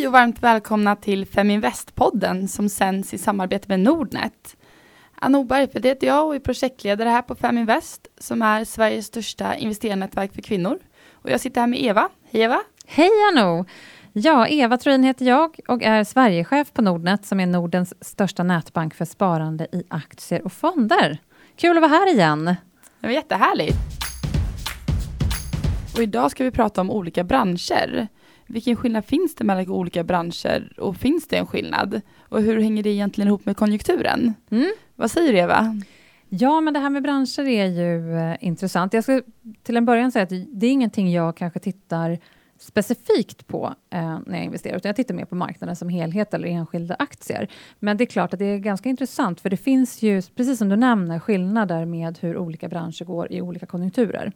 Hej och varmt välkomna till Feminvest-podden som sänds i samarbete med Nordnet. Anna Oberg, för det heter jag och är projektledare här på Feminvest som är Sveriges största investerarnätverk för kvinnor. Och jag sitter här med Eva. Hej Eva! Hej Anno! Ja, Eva Troin heter jag och är Sverigechef på Nordnet som är Nordens största nätbank för sparande i aktier och fonder. Kul att vara här igen! Det var jättehärligt! Och idag ska vi prata om olika branscher. Vilken skillnad finns det mellan olika branscher och finns det en skillnad? Och hur hänger det egentligen ihop med konjunkturen? Vad säger du, Eva? Ja, men det här med branscher är ju intressant. Jag ska till en början säga att det är ingenting jag kanske tittar specifikt på när jag investerar. Utan jag tittar mer på marknaden som helhet eller enskilda aktier. Men det är klart att det är ganska intressant för det finns ju, precis som du nämner, skillnader med hur olika branscher går i olika konjunkturer.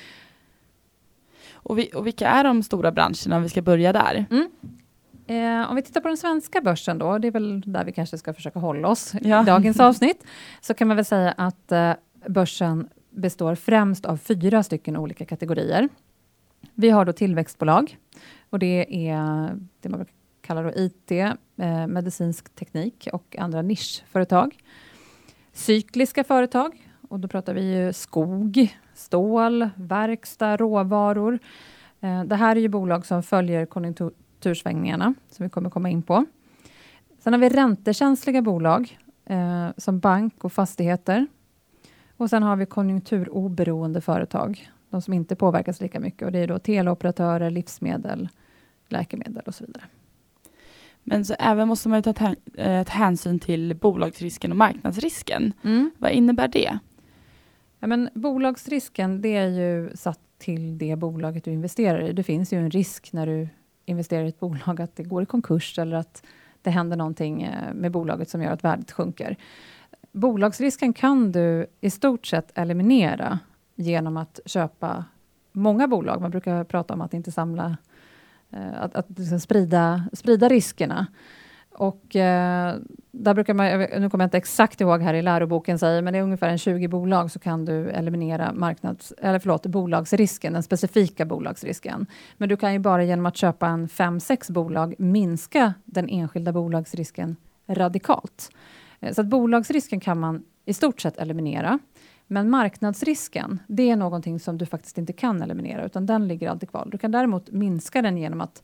Och vilka är de stora branscherna om vi ska börja där? Om vi tittar på den svenska börsen då, det är väl där vi kanske ska försöka hålla oss i dagens avsnitt, så kan man väl säga att börsen består främst av 4 stycken olika kategorier. Vi har då tillväxtbolag och det är det man kallar då IT, medicinsk teknik och andra nischföretag. Cykliska företag, och då pratar vi ju skog, stål, verkstad, råvaror. Det här är ju bolag som följer konjunktursvängningarna som vi kommer komma in på. Sen har vi räntekänsliga bolag som bank och fastigheter. Och sen har vi konjunkturoberoende företag. De som inte påverkas lika mycket. Och det är då teleoperatörer, livsmedel, läkemedel och så vidare. Men så även måste man ju ta hänsyn till bolagsrisken och marknadsrisken. Vad innebär det? Ja, men bolagsrisken, det är ju satt till det bolaget du investerar i. Det finns ju en risk när du investerar i ett bolag att det går i konkurs eller att det händer någonting med bolaget som gör att värdet sjunker. Bolagsrisken kan du i stort sett eliminera genom att köpa många bolag. Man brukar prata om att inte samla, att sprida riskerna. Och där brukar man, nu kommer jag inte exakt ihåg här i läroboken säger, men det är ungefär en 20 bolag så kan du eliminera bolagsrisken, den specifika bolagsrisken. Men du kan ju bara genom att köpa en 5-6 bolag minska den enskilda bolagsrisken radikalt. Så att bolagsrisken kan man i stort sett eliminera. Men marknadsrisken, det är någonting som du faktiskt inte kan eliminera utan den ligger alltid kvar. Du kan däremot minska den genom att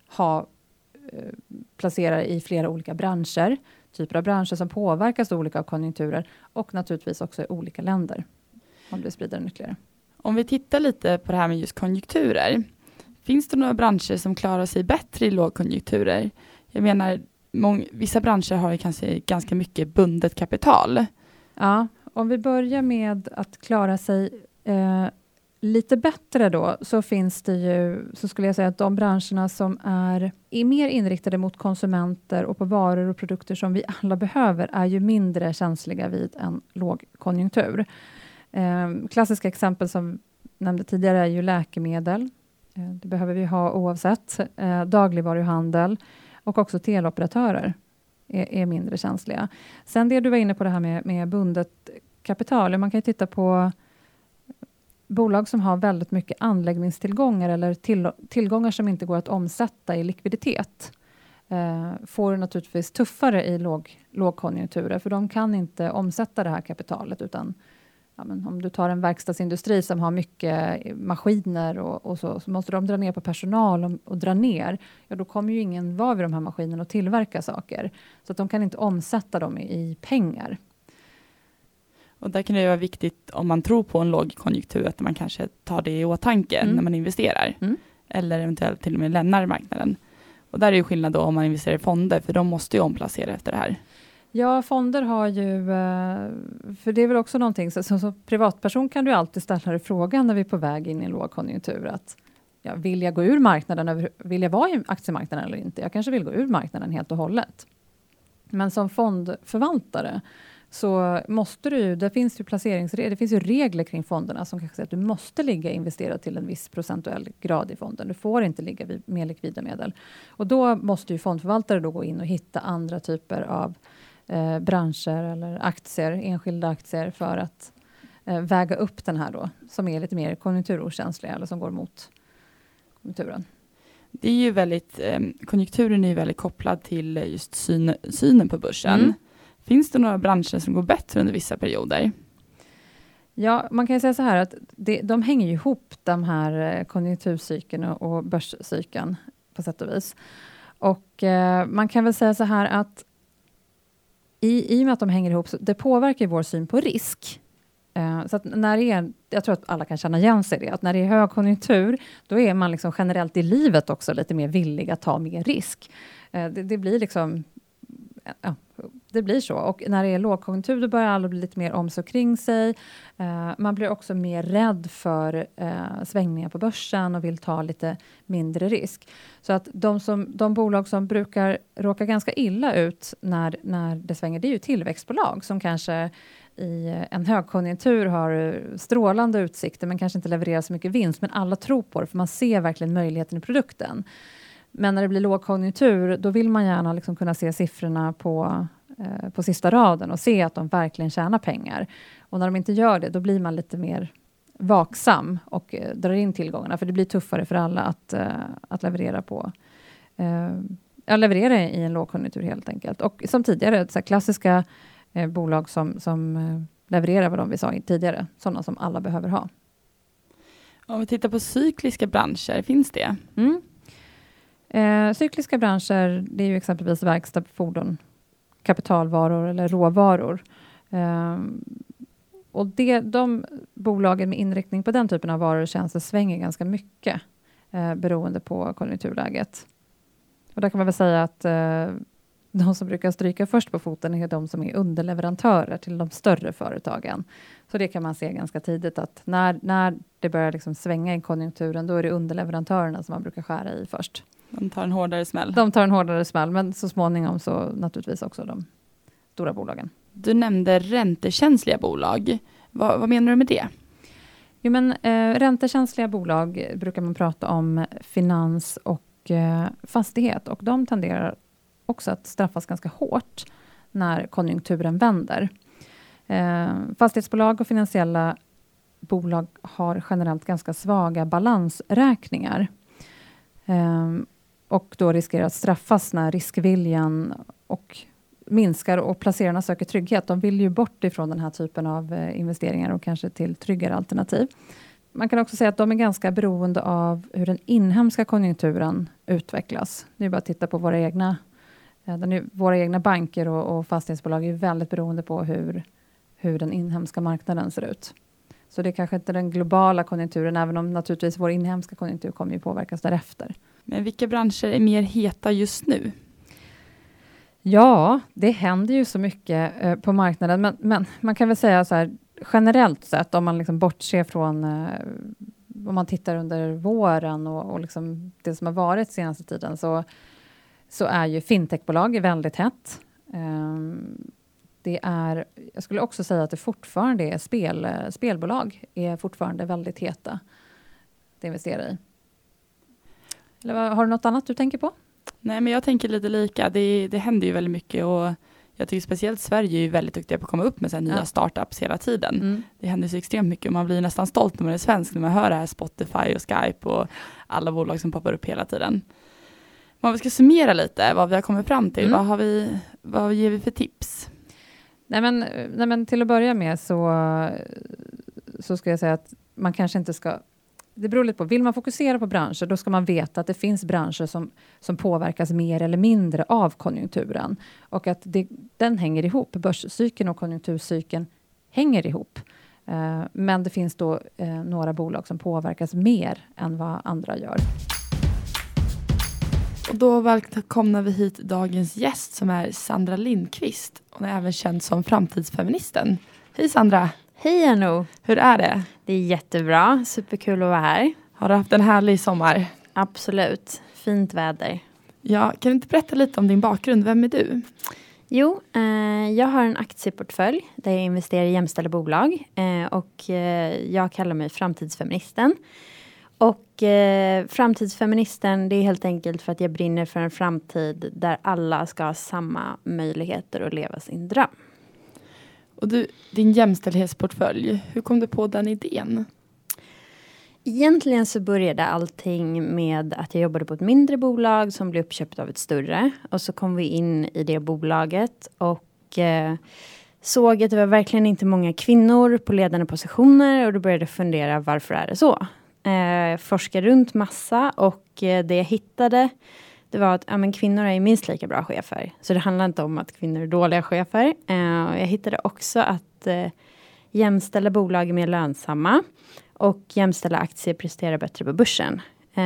placera i flera olika branscher. Typer av branscher som påverkas av olika konjunkturer och naturligtvis också i olika länder. Om du sprider den ytterligare. Om vi tittar lite på det här med just konjunkturer. Finns det några branscher som klarar sig bättre i lågkonjunkturer? Jag menar, vissa branscher har ju kanske ganska mycket bundet kapital. Ja, om vi börjar med att klara sig lite bättre då, så finns det ju, så skulle jag säga att de branscherna som är mer inriktade mot konsumenter och på varor och produkter som vi alla behöver är ju mindre känsliga vid en lågkonjunktur. Klassiska exempel som nämnde tidigare är ju läkemedel. Det behöver vi ha oavsett. Dagligvaruhandel och också teleoperatörer är mindre känsliga. Sen det du var inne på det här med bundet kapital. Man kan ju titta på bolag som har väldigt mycket anläggningstillgångar eller tillgångar som inte går att omsätta i likviditet får naturligtvis tuffare i lågkonjunkturer för de kan inte omsätta det här kapitalet utan men om du tar en verkstadsindustri som har mycket maskiner och så måste de dra ner på personal och dra ner. Ja, då kommer ju ingen vara vid de här maskinerna och tillverka saker. Så att de kan inte omsätta dem i pengar. Och där kan det vara viktigt om man tror på en lågkonjunktur att man kanske tar det i åtanke när man investerar. Eller eventuellt till och med lämnar marknaden. Och där är ju skillnad då om man investerar i fonder för de måste ju omplacera efter det här. Ja, fonder har ju, för det är väl också någonting, så privatperson kan du alltid ställa dig frågan när vi är på väg in i en lågkonjunktur att vill jag gå ur marknaden, vill jag vara i aktiemarknaden eller inte? Jag kanske vill gå ur marknaden helt och hållet. Men som fondförvaltare så måste du, det finns ju regler kring fonderna som kanske säger att du måste ligga investerad till en viss procentuell grad i fonden. Du får inte ligga med likvida medel. Och då måste ju fondförvaltare då gå in och hitta andra typer av branscher eller aktier, enskilda aktier för att väga upp den här då som är lite mer konjunkturokänsliga eller som går mot konjunkturen. Det är ju väldigt, konjunkturen är ju väldigt kopplad till just synen på börsen. Finns det några branscher som går bättre under vissa perioder? Ja, man kan ju säga så här att de hänger ju ihop, de här konjunkturcykeln och börscykeln på sätt och vis. Och man kan väl säga så här att i och med att de hänger ihop, så det påverkar vår syn på risk. Så att när det är, jag tror att alla kan känna igen sig i det, att när det är högkonjunktur, då är man liksom generellt i livet också lite mer villig att ta mer risk. Det blir liksom, ja, det blir så. Och när det är lågkonjunktur, då börjar alla bli lite mer om sig kring sig. Man blir också mer rädd för svängningar på börsen och vill ta lite mindre risk. Så att de bolag som brukar råka ganska illa ut när det svänger, det är ju tillväxtbolag som kanske i en högkonjunktur har strålande utsikter men kanske inte levererar så mycket vinst, men alla tror på det för man ser verkligen möjligheten i produkten. Men när det blir lågkonjunktur, då vill man gärna liksom kunna se siffrorna på sista raden och se att de verkligen tjänar pengar. Och när de inte gör det, då blir man lite mer vaksam och drar in tillgångarna, för det blir tuffare för alla att leverera leverera i en lågkonjunktur helt enkelt. Och som tidigare, så här klassiska bolag som levererar vad vi sa tidigare, sådana som alla behöver ha. Om vi tittar på cykliska branscher, finns det? Cykliska branscher, det är ju exempelvis verkstad, fordon, kapitalvaror eller råvaror. Och de bolagen med inriktning på den typen av varor och tjänster svänger ganska mycket beroende på konjunkturläget. Och där kan man väl säga att de som brukar stryka först på foten är de som är underleverantörer till de större företagen. Så det kan man se ganska tidigt, att när det börjar liksom svänga i konjunkturen, då är det underleverantörerna som man brukar skära i först. De tar en hårdare smäll. De tar en hårdare smäll, men så småningom så naturligtvis också de stora bolagen. Du nämnde räntekänsliga bolag. Vad menar du med det? Jo, men räntekänsliga bolag brukar man prata om finans och fastighet. Och de tenderar också att straffas ganska hårt när konjunkturen vänder. Fastighetsbolag och finansiella bolag har generellt ganska svaga balansräkningar. Och då riskerar att straffas när riskviljan och minskar och placerarna söker trygghet. De vill ju bort ifrån den här typen av investeringar och kanske till tryggare alternativ. Man kan också säga att de är ganska beroende av hur den inhemska konjunkturen utvecklas. Det är bara att titta på våra egna banker och fastighetsbolag är väldigt beroende på hur den inhemska marknaden ser ut. Så det är kanske inte den globala konjunkturen, även om naturligtvis vår inhemska konjunktur kommer ju påverkas därefter. Men vilka branscher är mer heta just nu? Ja, det händer ju så mycket på marknaden. Men man kan väl säga så här, generellt sett, om man liksom bortser från om man tittar under våren och liksom det som har varit senaste tiden, så är ju fintechbolag väldigt hett. Jag skulle också säga att det fortfarande är spelbolag är fortfarande väldigt heta att investera i. Eller har du något annat du tänker på? Nej, men jag tänker lite lika. Det händer ju väldigt mycket, och jag tycker speciellt Sverige är ju väldigt duktiga på att komma upp med så här nya startups hela tiden. Det händer så extremt mycket och man blir nästan stolt när man är svensk, när man hör det här Spotify och Skype och alla bolag som poppar upp hela tiden. Men om vi ska summera lite vad vi har kommit fram till, vad ger vi för tips? Nej men till att börja med så ska jag säga att man kanske inte ska... Det beror lite på. Vill man fokusera på branscher, då ska man veta att det finns branscher som påverkas mer eller mindre av konjunkturen. Och att den hänger ihop. Börscykeln och konjunkturcykeln hänger ihop. Men det finns då några bolag som påverkas mer än vad andra gör. Och då välkomnar vi hit dagens gäst som är Sandra Lindqvist. Hon är även känd som framtidsfeministen. Hej Sandra! Hej Anno! Hur är det? Det är jättebra, superkul att vara här. Har du haft en härlig sommar? Absolut, fint väder. Ja, kan du inte berätta lite om din bakgrund? Vem är du? Jo, jag har en aktieportfölj där jag investerar i jämställda bolag. Och jag kallar mig framtidsfeministen. Och framtidsfeministen, det är helt enkelt för att jag brinner för en framtid där alla ska ha samma möjligheter att leva sin dröm. Och din jämställdhetsportfölj, hur kom du på den idén? Egentligen så började allting med att jag jobbade på ett mindre bolag som blev uppköpt av ett större. Och så kom vi in i det bolaget och såg att det var verkligen inte många kvinnor på ledande positioner. Och då började jag fundera, varför är det så? Forskade runt massa och det jag hittade, det var att kvinnor är minst lika bra chefer. Så det handlar inte om att kvinnor är dåliga chefer. Jag hittade också att jämställda bolag är mer lönsamma. Och jämställda aktier presterar bättre på börsen.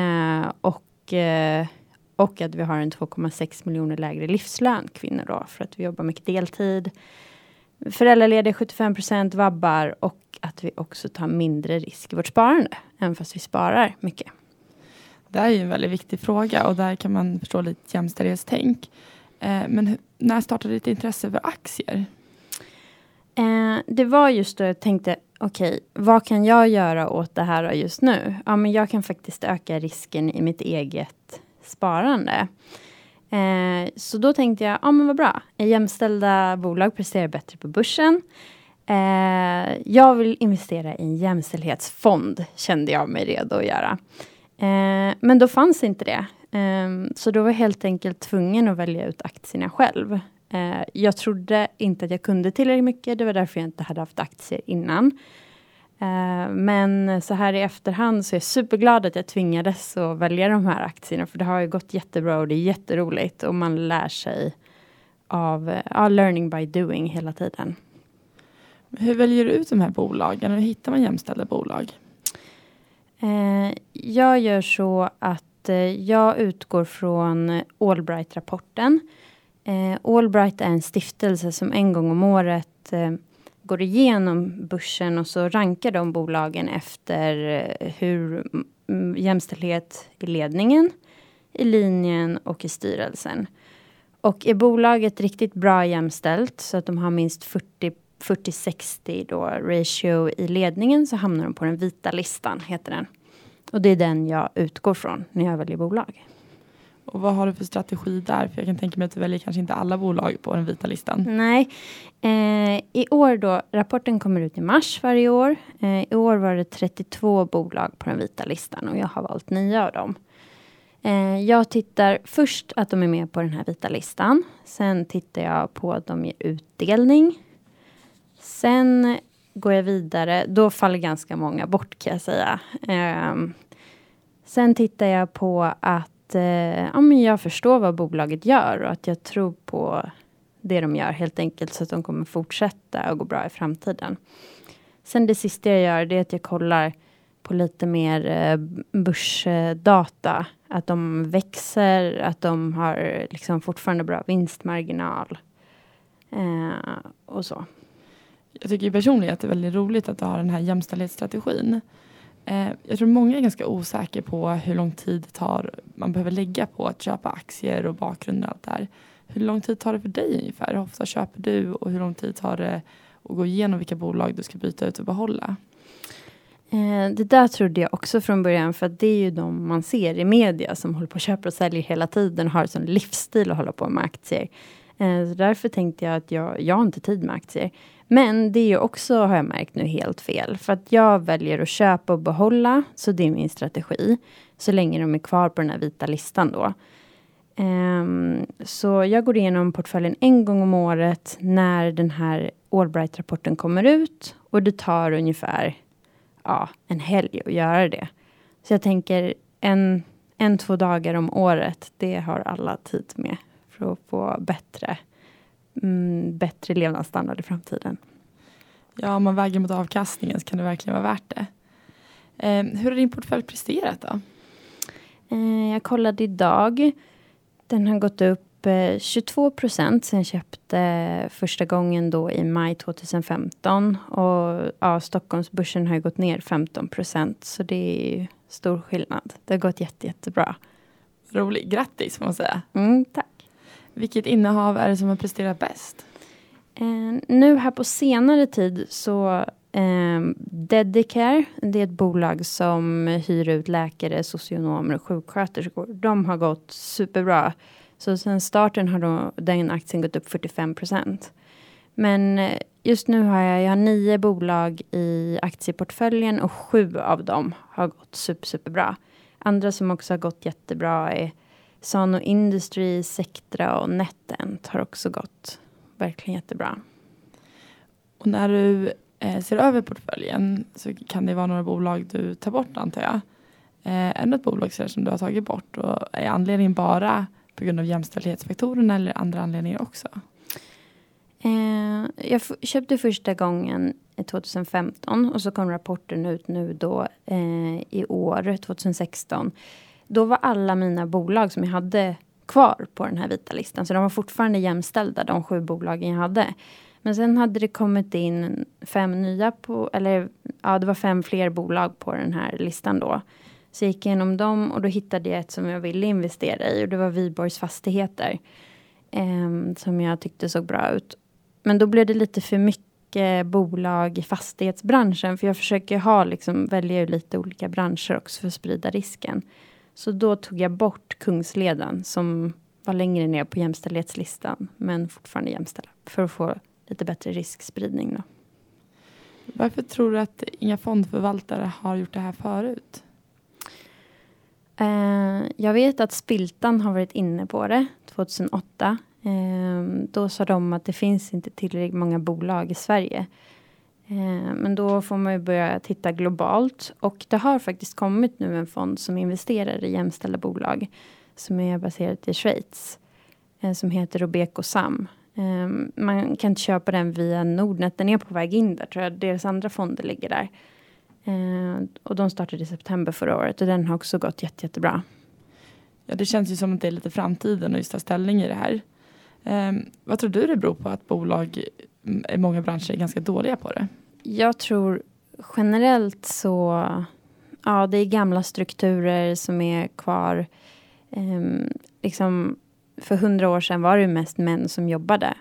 Och att vi har en 2,6 miljoner lägre livslön kvinnor då. För att vi jobbar mycket deltid. Föräldralediga 75%, vabbar. Och att vi också tar mindre risk i vårt sparande. Även fast vi sparar mycket. Det är ju en väldigt viktig fråga. Och där kan man förstå lite jämställdhetstänk. Men när startade ditt intresse för aktier? Det var just då jag tänkte, okej, vad kan jag göra åt det här just nu? Ja, men jag kan faktiskt öka risken i mitt eget sparande. Så då tänkte jag, ja men vad bra. Jämställda bolag presterar bättre på börsen. Jag vill investera i en jämställdhetsfond, kände jag mig redo att göra. Men då fanns inte det. Så då var jag helt enkelt tvungen att välja ut aktierna själv. Jag trodde inte att jag kunde tillräckligt mycket. Det var därför jag inte hade haft aktier innan. Men så här i efterhand så är jag superglad att jag tvingades att välja de här aktierna. För det har ju gått jättebra och det är jätteroligt. Och man lär sig av learning by doing hela tiden. Hur väljer du ut de här bolagen? Hur hittar man jämställda bolag? Jag gör så att jag utgår från Allbright-rapporten. Allbright är en stiftelse som en gång om året går igenom börsen och så rankar de bolagen efter hur jämställdhet i ledningen, i linjen och i styrelsen. Och är bolaget riktigt bra jämställt så att de har minst 40-60 då ratio i ledningen, så hamnar de på den vita listan, heter den. Och det är den jag utgår från när jag väljer bolag. Och vad har du för strategi där? För jag kan tänka mig att du väljer kanske inte alla bolag på den vita listan. Nej, i år då, rapporten kommer ut i mars varje år. I år var det 32 bolag på den vita listan och jag har valt 9 av dem. Jag tittar först att de är med på den här vita listan. Sen tittar jag på att de ger utdelning. Sen går jag vidare. Då faller ganska många bort, kan jag säga. Sen tittar jag på att men jag förstår vad bolaget gör. Och att jag tror på det de gör helt enkelt. Så att de kommer fortsätta och gå bra i framtiden. Sen det sista jag gör, det är att jag kollar på lite mer börsdata. Att de växer, att de har liksom fortfarande bra vinstmarginal. Och så. Jag tycker personligen att det är väldigt roligt att du har den här jämställdhetsstrategin. Jag tror många är ganska osäkra på hur lång tid det tar man behöver lägga på att köpa aktier och bakgrund och allt det här. Hur lång tid tar det för dig ungefär? Hur ofta köper du och hur lång tid tar det att gå igenom vilka bolag du ska byta ut och behålla? Det där trodde jag också från början, för att det är ju de man ser i media som håller på att köpa och säljer hela tiden och har en sån livsstil att hålla på med aktier. Så därför tänkte jag att jag har inte tid med aktier. Men det är ju också, har jag märkt nu, helt fel. För att jag väljer att köpa och behålla, så det är min strategi. Så länge de är kvar på den här vita listan då. Så jag går igenom portföljen en gång om året när den här Allbright-rapporten kommer ut. Och det tar ungefär en helg att göra det. Så jag tänker 1-2 dagar om året, det har alla tid med för att få bättre levnadsstandard i framtiden. Ja, om man väger mot avkastningen så kan det verkligen vara värt det. Hur har din portfölj presterat då? Jag kollade idag. Den har gått upp 22% sen jag köpte första gången då i maj 2015. Och Stockholmsbörsen har gått ner 15%. Så det är ju stor skillnad. Det har gått jättebra. Roligt. Grattis, får man säga. Tack. Vilket innehav är det som har presterat bäst? Nu här på senare tid så Dedicare, det är ett bolag som hyr ut läkare, socionomer och sjuksköterskor. De har gått superbra. Så sen starten har den aktien gått upp 45%. Men just nu har jag 9 bolag i aktieportföljen och 7 av dem har gått superbra. Andra som också har gått jättebra är Sano Industry, Sectra och NetEnt har också gått verkligen jättebra. Och när du ser över portföljen så kan det vara några bolag du tar bort, antar jag. Är det ett bolag som du har tagit bort, och är anledningen bara på grund av jämställdhetsfaktorerna eller andra anledningar också? Jag köpte första gången 2015 och så kom rapporten ut nu då i år, 2016. Då var alla mina bolag som jag hade kvar på den här vita listan, så de var fortfarande jämställda, de 7 bolagen jag hade. Men sen hade det kommit in 5 nya det var 5 fler bolag på den här listan då. Så jag gick igenom dem och då hittade jag ett som jag ville investera i, och det var Wihlborgs Fastigheter som jag tyckte såg bra ut. Men då blev det lite för mycket bolag i fastighetsbranschen, för jag försöker välja lite olika branscher också för att sprida risken. Så då tog jag bort Kungsleden som var längre ner på jämställdhetslistan, men fortfarande jämställda, för att få lite bättre riskspridning då. Varför tror du att inga fondförvaltare har gjort det här förut? Jag vet att Spiltan har varit inne på det 2008. Då sa de att det finns inte tillräckligt många bolag i Sverige. Men då får man ju börja titta globalt. Och det har faktiskt kommit nu en fond som investerar i jämställda bolag. Som är baserat i Schweiz. Som heter Robeco Sam. Man kan inte köpa den via Nordnet. Den är på väg in där, tror jag. Deras andra fonder ligger där. Och de startade i september förra året. Och den har också gått jättebra. Ja, det känns ju som att det är lite framtiden och just ta ställning i det här. Vad tror du det beror på att bolag i många branscher är ganska dåliga på det? Jag tror generellt så... Ja, det är gamla strukturer som är kvar. För 100 år sedan var det mest män som jobbade.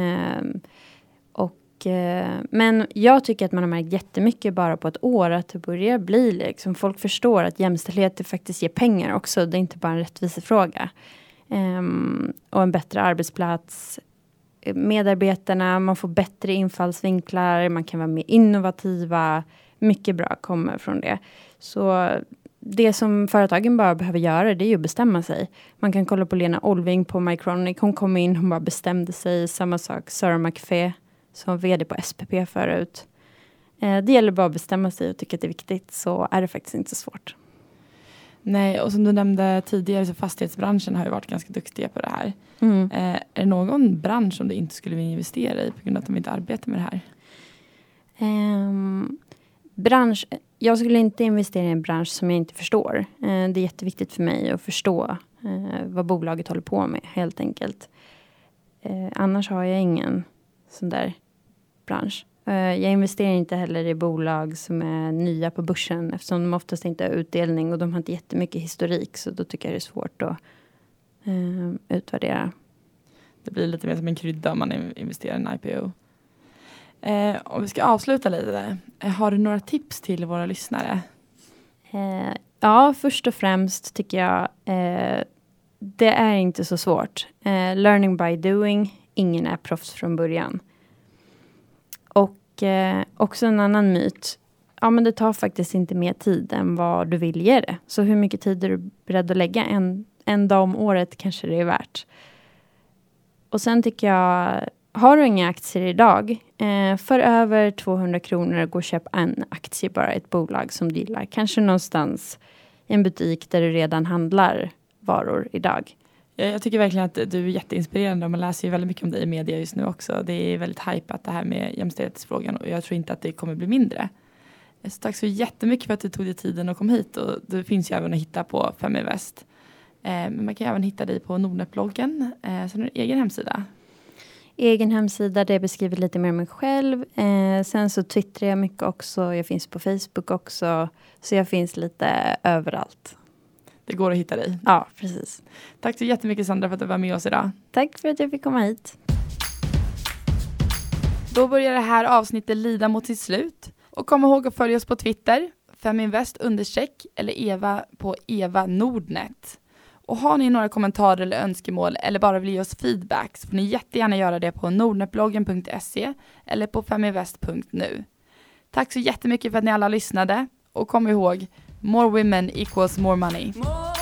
Men jag tycker att man har märkt jättemycket bara på ett år att det börjar bli folk förstår att jämställdhet faktiskt ger pengar också. Det är inte bara en rättvisefråga. Och en bättre arbetsplats. Medarbetarna, man får bättre infallsvinklar, man kan vara mer innovativa. Mycket bra kommer från det. Så det som företagen bara behöver göra, det är ju att bestämma sig. Man kan kolla på Lena Olving på Mycronic. Hon kom in, hon bara bestämde sig. Samma sak, Sarah McPhee som var vd på SPP förut. Det gäller bara att bestämma sig och tycka att det är viktigt, så är det faktiskt inte så svårt. Nej, och som du nämnde tidigare så fastighetsbranschen har ju varit ganska duktiga på det här. Är det någon bransch som du inte skulle vilja investera i på grund av att de inte arbetar med det här? Jag skulle inte investera i en bransch som jag inte förstår. Det är jätteviktigt för mig att förstå vad bolaget håller på med, helt enkelt. Annars har jag ingen sån där bransch. Jag investerar inte heller i bolag som är nya på börsen, eftersom de oftast inte har utdelning och de har inte jättemycket historik, så då tycker jag det är svårt att utvärdera. Det blir lite mer som en krydda om man investerar i en IPO. Om vi ska avsluta lite, har du några tips till våra lyssnare? Ja, först och främst tycker jag det är inte så svårt. Learning by doing, ingen är proffs från början. Och också en annan myt. Ja, men det tar faktiskt inte mer tid än vad du vill ge det. Så hur mycket tid är du beredd att lägga? En dag om året kanske det är värt. Och sen tycker jag, har du inga aktier idag, för över 200 kronor gå och köp en aktie, bara ett bolag som du gillar. Kanske någonstans i en butik där du redan handlar varor idag. Jag tycker verkligen att du är jätteinspirerande och man läser ju väldigt mycket om dig i media just nu också. Det är väldigt hypat det här med jämställdhetsfrågan och jag tror inte att det kommer bli mindre. Så tack så jättemycket för att du tog dig tiden och kom hit, och det finns ju även att hitta på Feminvest. Men man kan även hitta dig på Nordnet-bloggen, så har du egen hemsida. Egen hemsida, det beskriver lite mer om mig själv. Sen så twittrar jag mycket också, jag finns på Facebook också, så jag finns lite överallt. Det går att hitta dig. Ja, precis. Tack så jättemycket Sandra för att du var med oss idag. Tack för att jag fick komma hit. Då börjar det här avsnittet lida mot sitt slut. Och kom ihåg att följa oss på Twitter, Feminvest_ eller Eva på Eva Nordnet. Och har ni några kommentarer eller önskemål eller bara vill ge oss feedback så får ni jättegärna göra det på nordnetbloggen.se eller på feminvest.nu. Tack så jättemycket för att ni alla lyssnade och kom ihåg, more women equals more money.